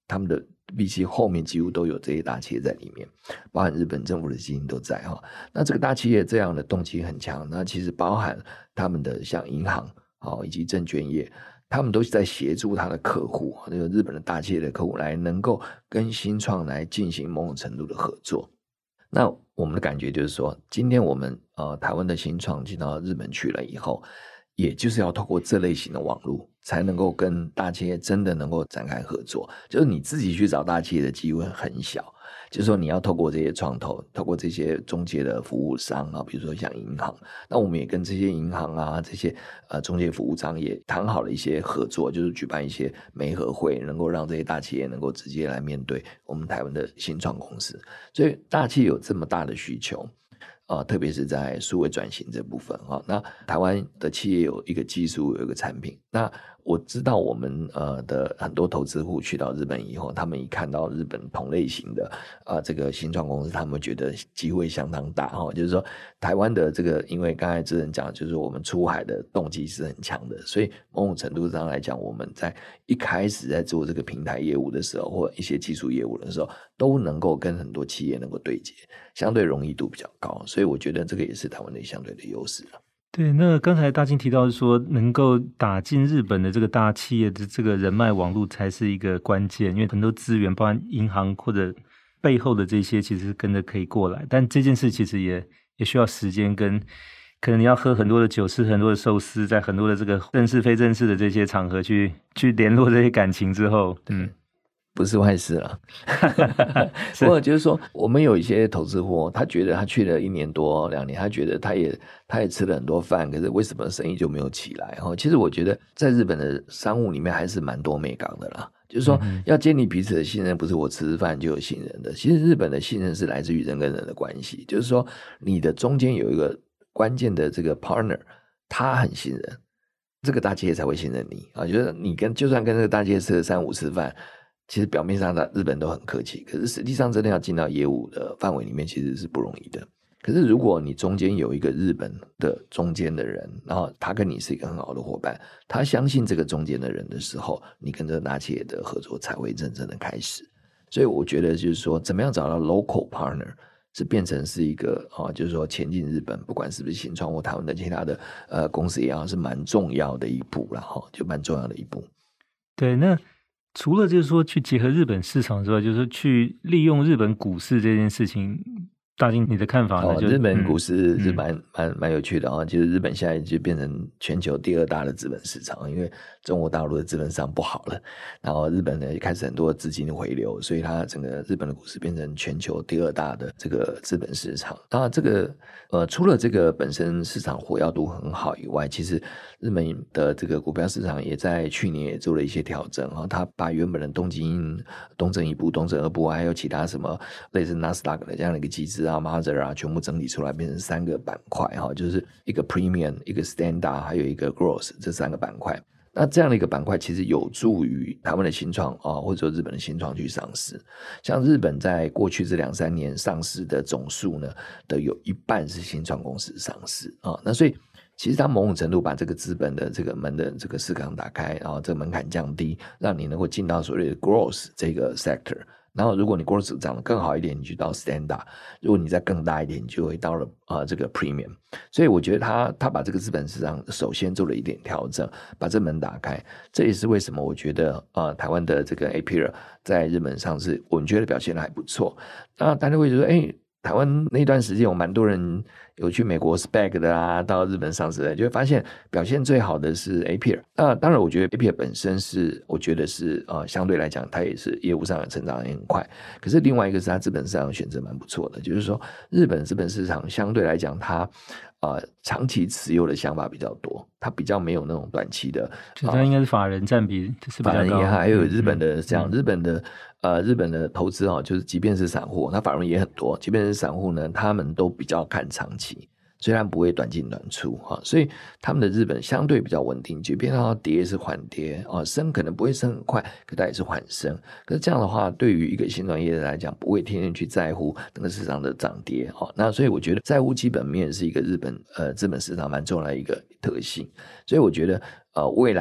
Speaker 2: 他们的 V C 后面几乎都有这些大企业在里面，包含日本政府的基金都在哈。那这个大企业这样的动机很强，那其实包含他们的像银行以及证券业，他们都是在协助他的客户，那个日本的大企业的客户来能够跟新创来进行某种程度的合作。那我们的感觉就是说，今天我们呃台湾的新创进到日本去了以后，也就是要透过这类型的网络才能够跟大企业真的能够展开合作，就是你自己去找大企业的机会很小，就是说你要透过这些创投，透过这些中介的服务商啊，比如说像银行，那我们也跟这些银行啊，这些呃中介服务商也谈好了一些合作，就是举办一些媒合会，能够让这些大企业能够直接来面对我们台湾的新创公司。所以大企业有这么大的需求，呃，特别是在数位转型这部分啊、哦，那台湾的企业有一个技术，有一个产品。那我知道我们呃的很多投资户去到日本以后，他们一看到日本同类型的啊、呃、这个新创公司，他们觉得机会相当大哈、哦。就是说，台湾的这个，因为刚才智仁讲，就是我们出海的动机是很强的，所以某种程度上来讲，我们在一开始在做这个平台业务的时候，或一些技术业务的时候，都能够跟很多企业能够对接，相对容易度比较高。所以我觉得这个也是台湾的相对的优势了。
Speaker 1: 对，那刚才大金提到说，能够打进日本的这个大企业的这个人脉网络才是一个关键，因为很多资源，包含银行或者背后的这些，其实跟着可以过来。但这件事其实也也需要时间，跟可能你要喝很多的酒，吃很多的寿司，在很多的这个正式非正式的这些场合去去联络这些感情之后，嗯。
Speaker 2: 不是坏事啦。不过就是说，我们有一些投资户，他觉得他去了一年多两年，他觉得他也他也吃了很多饭，可是为什么生意就没有起来？其实我觉得在日本的商务里面还是蛮多美感的啦。就是说，要建立彼此的信任，不是我吃饭就有信任的。其实日本的信任是来自于人跟人的关系，就是说你的中间有一个关键的这个 partner， 他很信任，这个大企业才会信任你啊。就是你跟就算跟这个大企业吃了三五次饭，其实表面上的日本都很客气，可是实际上真的要进到业务的范围里面其实是不容易的。可是如果你中间有一个日本的中间的人，然后他跟你是一个很好的伙伴，他相信这个中间的人的时候，你跟这个大企业的合作才会真正的开始。所以我觉得就是说，怎么样找到 local partner 是变成是一个、哦、就是说前进日本，不管是不是新创或台湾的其他的呃公司也好，是蛮重要的一步啦、哦、就蛮重要的一步。
Speaker 1: 对，那除了就是说去结合日本市场之外，就是去利用日本股市这件事情，大金你的看法呢？
Speaker 2: 哦、
Speaker 1: 就
Speaker 2: 日本股市是蛮、嗯、蛮蛮有趣的啊、哦，就是日本现在就变成全球第二大的资本市场，因为中国大陆的资本市场不好了，然后日本呢也开始很多资金的回流，所以它整个日本的股市变成全球第二大的这个资本市场。那这个呃，除了这个本身市场活跃度很好以外，其实日本的这个股票市场也在去年也做了一些调整啊，它把原本的东京东证一部、东证二部，还有其他什么类似纳斯达克的这样的一个机制啊、Mother 啊，全部整理出来变成三个板块哈，就是一个 Premium、一个 Standard， 还有一个 Growth 这三个板块。那这样的一个板块其实有助于台湾的新创啊，或者说日本的新创去上市。像日本在过去这两三年上市的总数呢，的有一半是新创公司上市啊。那所以其实它某种程度把这个资本的这个门的这个市场打开，然后这个门槛降低，让你能够进到所谓的 growth 这个 sector。然后如果你 growth 长得更好一点，你就到 standard， 如果你再更大一点，你就会到了、呃、这个 premium。所以我觉得他他把这个资本市场首先做了一点调整，把这门打开，这也是为什么我觉得呃台湾的这个 A P R 在日本上市，我们觉得表现得还不错。那大家会觉得哎，台湾那段时间有蛮多人有去美国 S P A C 的啊，到日本上市的，就会发现表现最好的是 A P R。那当然我觉得 A P R 本身是我觉得是呃相对来讲它也是业务上的成长也很快，可是另外一个是它资本市场选择蛮不错的，就是说日本资本市场相对来讲它呃长期持有的想法比较多，它比较没有那种短期的，
Speaker 1: 就它应该是法人占比是比较高，法人
Speaker 2: 也还有日本的这样、嗯、日本的呃日本的投资、哦、就是即便是散户，那法人也很多，即便是散户呢，他们都比较看长期，虽然不会短进短出、哦、所以他们的日本相对比较稳定，即便它跌是缓跌、哦、升可能不会升很快，可它也是缓升。可是这样的话，对于一个新创业来讲，不会天天去在乎那个市场的涨跌、哦、那所以我觉得在乎基本面是一个日本呃资本市场蛮重要的一个特性。所以我觉得呃未来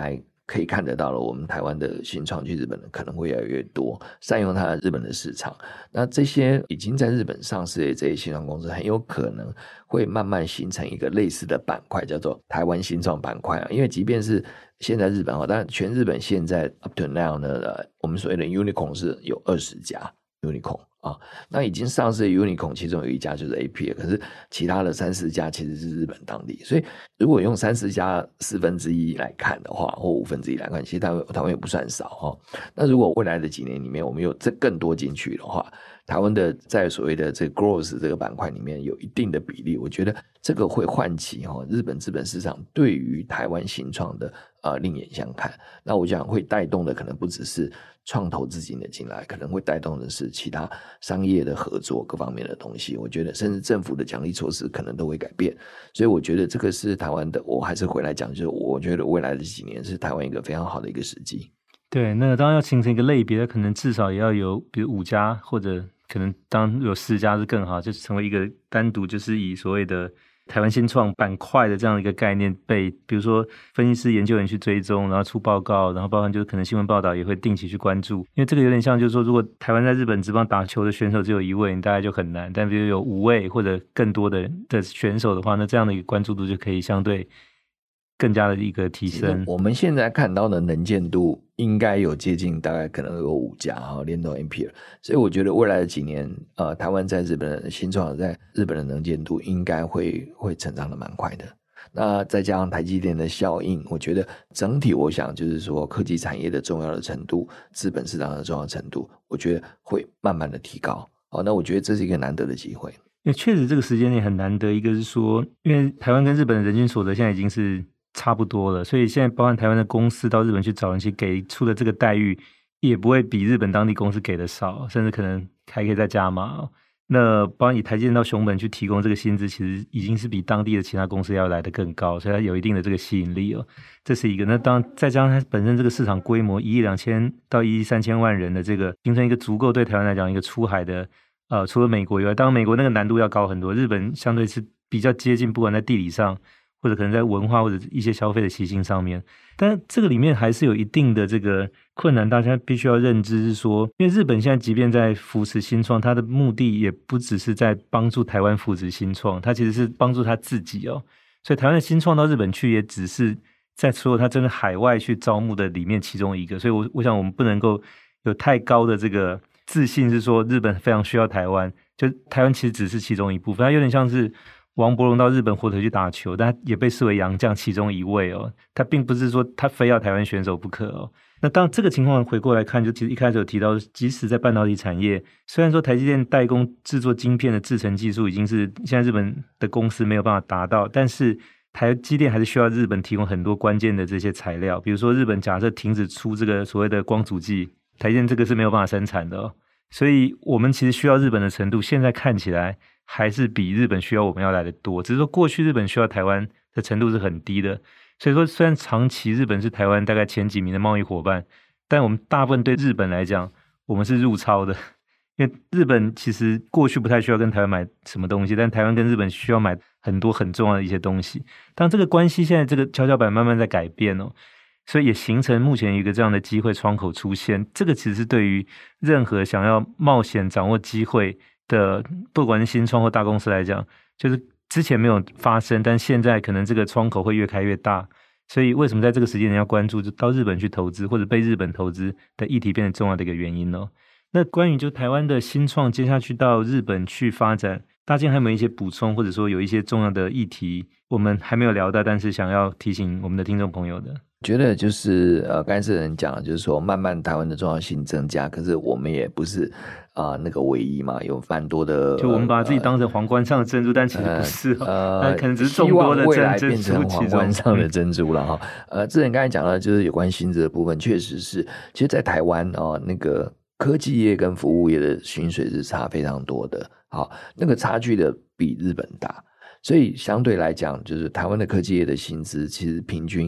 Speaker 2: 可以看得到了，我们台湾的新创去日本的可能会越来越多，善用它的日本的市场。那这些已经在日本上市的这些新创公司，很有可能会慢慢形成一个类似的板块，叫做台湾新创板块啊。因为即便是现在日本啊，当然全日本现在 up to now 呢，呃、我们所谓的 unicorn 是有二十家 unicorn。啊，那已经上市的 unicorn 其中有一家就是 A P， 可是其他的三四家其实是日本当地，所以如果用三四家四分之一来看的话，或五分之一来看，其实台湾台湾也不算少哈、哦。那如果未来的几年里面我们有这更多进去的话，台湾的在所谓的这个 growth 这个板块里面有一定的比例，我觉得这个会唤起哈、哦、日本资本市场对于台湾新创的呃另眼相看。那我想会带动的可能不只是创投资金的进来，可能会带动的是其他商业的合作各方面的东西。我觉得甚至政府的奖励措施可能都会改变，所以我觉得这个是台湾的，我还是回来讲，就是我觉得未来的几年是台湾一个非常好的一个时机。
Speaker 1: 对，那当然要形成一个类别，可能至少也要有比如五家，或者可能当有十家是更好，就是成为一个单独就是以所谓的台湾新创板块的这样的一个概念被比如说分析师研究员去追踪，然后出报告，然后包含就是可能新闻报道也会定期去关注。因为这个有点像就是说，如果台湾在日本职棒打球的选手只有一位，你大概就很难，但比如有五位或者更多的的选手的话，那这样的一个关注度就可以相对更加的一个提升。
Speaker 2: 我们现在看到的能见度应该有接近大概可能有五家哈，连同 M P R， 所以我觉得未来的几年呃，台湾在日本的新创在日本的能见度应该会会成长的蛮快的。那再加上台积电的效应，我觉得整体我想就是说科技产业的重要的程度，资本市场的重要程度，我觉得会慢慢的提高。好，那我觉得这是一个难得的机会。
Speaker 1: 因为确实这个时间也很难得，一个是说因为台湾跟日本的人均所得现在已经是差不多了，所以现在包含台湾的公司到日本去找人去给出的这个待遇也不会比日本当地公司给的少，甚至可能还可以再加码、哦、那包含以台积电到熊本去提供这个薪资，其实已经是比当地的其他公司要来得更高，所以它有一定的这个吸引力哦，这是一个。那当然再加上它本身这个市场规模一亿两千到一亿三千万人的这个，形成一个足够对台湾来讲一个出海的呃，除了美国以外，当然美国那个难度要高很多，日本相对是比较接近，不管在地理上或者可能在文化或者一些消费的习性上面，但这个里面还是有一定的这个困难，大家必须要认知是说，因为日本现在即便在扶持新创，它的目的也不只是在帮助台湾扶持新创，它其实是帮助他自己哦。所以台湾的新创到日本去，也只是在所有他真的海外去招募的里面其中一个，所以我我想我们不能够有太高的这个自信，是说日本非常需要台湾，就台湾其实只是其中一部分，它有点像是王柏融到日本火腿去打球，但他也被视为洋将其中一位哦，他并不是说他非要台湾选手不可哦。那当这个情况回过来看，就其实一开始有提到，即使在半导体产业，虽然说台积电代工制作晶片的制程技术已经是现在日本的公司没有办法达到，但是台积电还是需要日本提供很多关键的这些材料，比如说日本假设停止出这个所谓的光阻剂，台积电这个是没有办法生产的哦，所以我们其实需要日本的程度，现在看起来还是比日本需要我们要来的多，只是说过去日本需要台湾的程度是很低的，所以说虽然长期日本是台湾大概前几名的贸易伙伴，但我们大部分对日本来讲我们是入超的，因为日本其实过去不太需要跟台湾买什么东西，但台湾跟日本需要买很多很重要的一些东西，当这个关系现在这个跷跷板慢慢在改变哦，所以也形成目前一个这样的机会窗口出现，这个其实是对于任何想要冒险掌握机会的不管是新创或大公司来讲，就是之前没有发生，但现在可能这个窗口会越开越大，所以为什么在这个时间点要关注就到日本去投资或者被日本投资的议题变得重要的一个原因呢？那关于就台湾的新创接下去到日本去发展，大家还有没有一些补充，或者说有一些重要的议题我们还没有聊到，但是想要提醒我们的听众朋友的？
Speaker 2: 觉得就是呃，刚才是人讲，就是说慢慢台湾的重要性增加，可是我们也不是啊、呃、那个唯一嘛，有蛮多的，
Speaker 1: 就我们把自己当成皇冠上的珍珠，呃、但其实不是、哦，呃，可能只是众多的
Speaker 2: 希望未来变成皇冠上的珍珠了哈。嗯、呃，之前刚才讲到就是有关薪资的部分，确实是，其实，在台湾哦，那个科技业跟服务业的薪水是差非常多的，好，那个差距的比日本大。所以相对来讲，就是台湾的科技业的薪资其实平均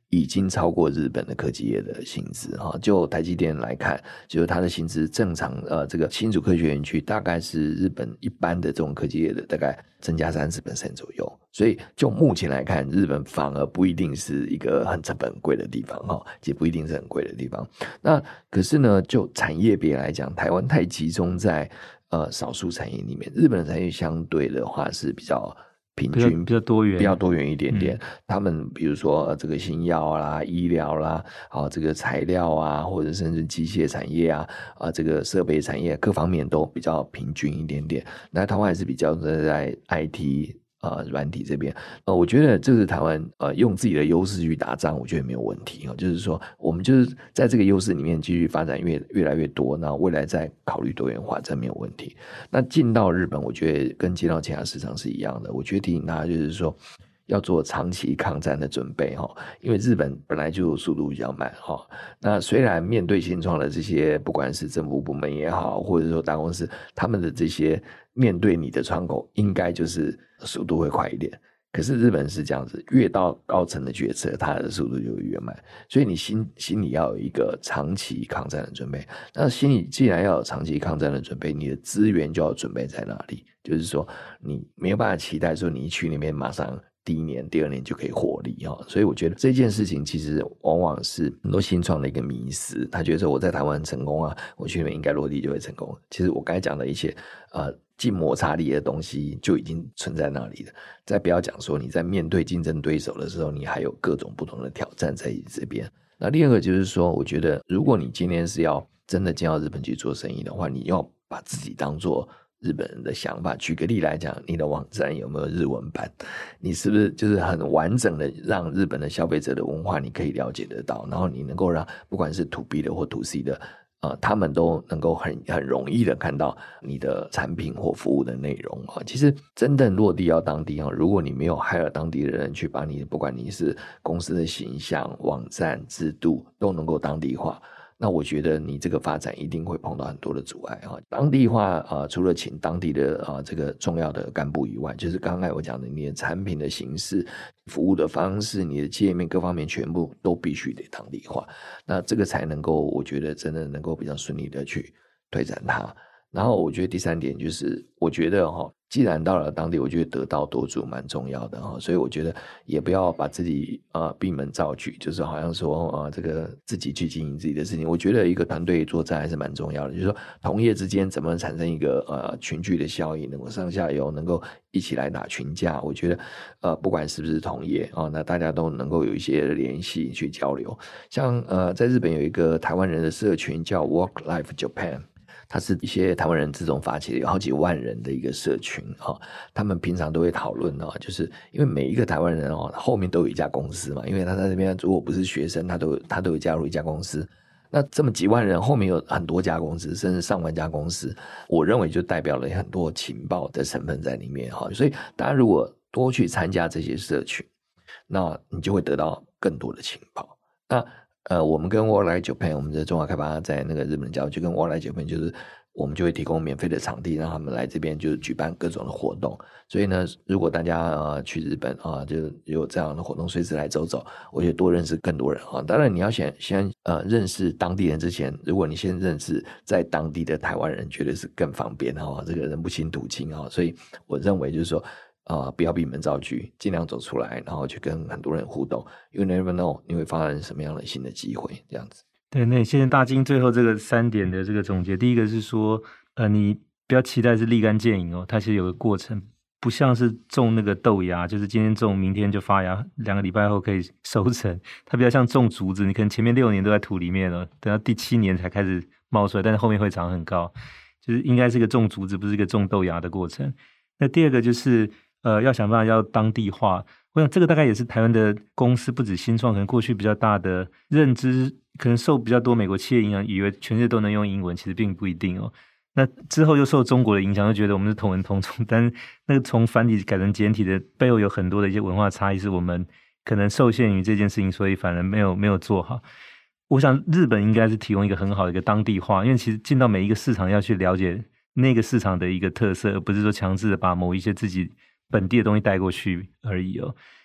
Speaker 2: 已经超过日本的科技业的薪资哈。就台积电来看，就是它的薪资正常呃，这个新竹科学园区大概是日本一般的这种科技业的大概增加 百分之三十 左右。所以就目前来看，日本反而不一定是一个很成本很贵的地方哈，也不一定是很贵的地方。那可是呢，就产业别来讲，台湾太集中在呃少数产业里面，日本的产业相对的话是比较平均
Speaker 1: 比较多元，
Speaker 2: 比较多元一点点。
Speaker 1: 嗯、
Speaker 2: 他们比如说、呃、这个新药啦、医疗啦，好、这个材料啊，或者甚至机械产业啊，啊、呃、这个设备产业各方面都比较平均一点点。那台湾还是比较在 I T。呃，软体这边，呃，我觉得这是台湾呃用自己的优势去打仗，我觉得没有问题、哦、就是说，我们就是在这个优势里面继续发展越越来越多，那未来再考虑多元化，这没有问题。那进到日本，我觉得跟进到其他市场是一样的。我觉得提醒大家就是说，要做长期抗战的准备哈，因为日本本来就速度比较慢哈。那虽然面对新创的这些，不管是政府部门也好，或者说大公司，他们的这些面对你的窗口，应该就是速度会快一点。可是日本是这样子，越到高层的决策，它的速度就会越慢，所以你心心里要有一个长期抗战的准备。那心里既然要有长期抗战的准备，你的资源就要准备在哪里？就是说，你没有办法期待说你一去那边马上第一年、第二年就可以获利哈。所以我觉得这件事情其实往往是很多新创的一个迷思，他觉得说我在台湾成功啊，我去那边应该落地就会成功。其实我刚才讲的一切，呃。净摩擦力的东西就已经存在那里了，再不要讲说你在面对竞争对手的时候，你还有各种不同的挑战在这边。那第二个就是说，我觉得如果你今天是要真的进到日本去做生意的话，你要把自己当做日本人的想法。举个例来讲，你的网站有没有日文版？你是不是就是很完整的让日本的消费者的文化你可以了解得到，然后你能够让不管是 to B 的或 to C 的呃，他们都能够很很容易的看到你的产品或服务的内容啊。其实真正落地要当地啊，如果你没有 hire 当地的人去把你，不管你是公司的形象、网站、制度都能够当地化，那我觉得你这个发展一定会碰到很多的阻碍哈。当地化啊，除了请当地的啊这个重要的干部以外，就是刚才我讲的，你的产品的形式、服务的方式、你的界面各方面全部都必须得当地化，那这个才能够，我觉得真的能够比较顺利的去推展它。然后我觉得第三点就是，我觉得哈，既然到了当地，我觉得得道多助蛮重要的哈，所以我觉得也不要把自己呃闭门造车，就是好像说啊、呃、这个自己去经营自己的事情。我觉得一个团队作战还是蛮重要的，就是说同业之间怎么产生一个呃群聚的效应，能够上下游能够一起来打群架。我觉得呃不管是不是同业啊、哦，那大家都能够有一些联系去交流。像呃在日本有一个台湾人的社群叫 Work Life Japan。它是一些台湾人自动发起的，有好几万人的一个社群、哦、他们平常都会讨论、哦、就是因为每一个台湾人、哦、后面都有一家公司嘛，因为他在这边如果不是学生，他都他都有加入一家公司。那这么几万人后面有很多家公司，甚至上万家公司，我认为就代表了很多情报的成分在里面、哦、所以大家如果多去参加这些社群，那你就会得到更多的情报。那呃，我们跟 Work Life Japan， 我们的中华开发在那个日本的教育就跟 Work Life Japan， 就是我们就会提供免费的场地，让他们来这边就是举办各种的活动。所以呢，如果大家呃去日本啊、呃，就有这样的活动，随时来走走，我觉得多认识更多人啊。当然，你要先先呃认识当地人之前，如果你先认识在当地的台湾人，绝对是更方便哈、哦。这个人不亲土亲啊、哦，所以我认为就是说。啊、呃，不要闭门造车，尽量走出来，然后去跟很多人互动。You never know， 你会发现什么样的新的机会，这样子。
Speaker 1: 对，那谢谢大金最后这个三点的这个总结。第一个是说，呃，你不要期待是立竿见影哦，它其实有个过程，不像是种那个豆芽，就是今天种，明天就发芽，两个礼拜后可以收成。它比较像种竹子，你可能前面六年都在土里面哦，等到第七年才开始冒出来，但是后面会长很高，就是应该是个种竹子，不是一个种豆芽的过程。那第二个就是。呃，要想办法要当地化，我想这个大概也是台湾的公司不止新创，可能过去比较大的认知，可能受比较多美国企业影响，以为全世界都能用英文，其实并不一定哦。那之后又受中国的影响，又觉得我们是同文同种，但那个从繁体改成简体的背后有很多的一些文化差异，是我们可能受限于这件事情，所以反而没有没有做好。我想日本应该是提供一个很好的一个当地化，因为其实进到每一个市场要去了解那个市场的一个特色，而不是说强制的把某一些自己本地的东西带过去而已哦。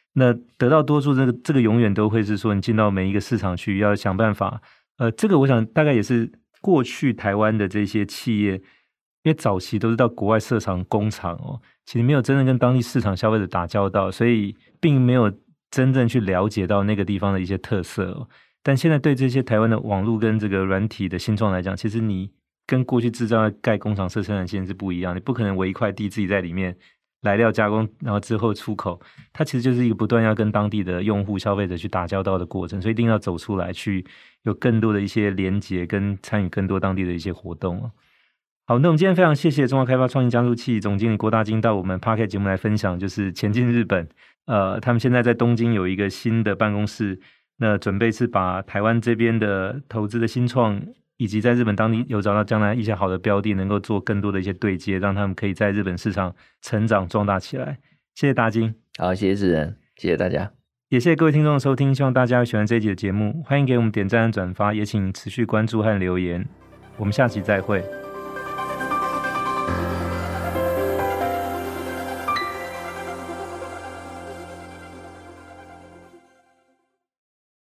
Speaker 1: 那得到多数这个这个永远都会是说你进到每一个市场去要想办法，呃，这个我想大概也是过去台湾的这些企业，因为早期都是到国外设厂工厂哦，其实没有真正跟当地市场消费者打交道，所以并没有真正去了解到那个地方的一些特色哦。但现在对这些台湾的网络跟这个软体的新创来讲，其实你跟过去制造盖工厂设生产线是不一样，你不可能围一块地自己在里面来料加工，然后之后出口，它其实就是一个不断要跟当地的用户消费者去打交道的过程，所以一定要走出来去有更多的一些连结跟参与更多当地的一些活动哦。好，那我们今天非常谢谢中华开发创新加速器总经理郭大金到我们 Podcast 节目来分享，就是前进日本，呃，他们现在在东京有一个新的办公室，那准备是把台湾这边的投资的新创，以及在日本当地有找到将来一些好的标的，能够做更多的一些对接，让他们可以在日本市场成长壮大起来。谢谢大金。
Speaker 2: 好，谢谢志仁，谢谢大家，
Speaker 1: 也谢谢各位听众的收听，希望大家喜欢这一集的节目，欢迎给我们点赞和转发，也请持续关注和留言，我们下期再会。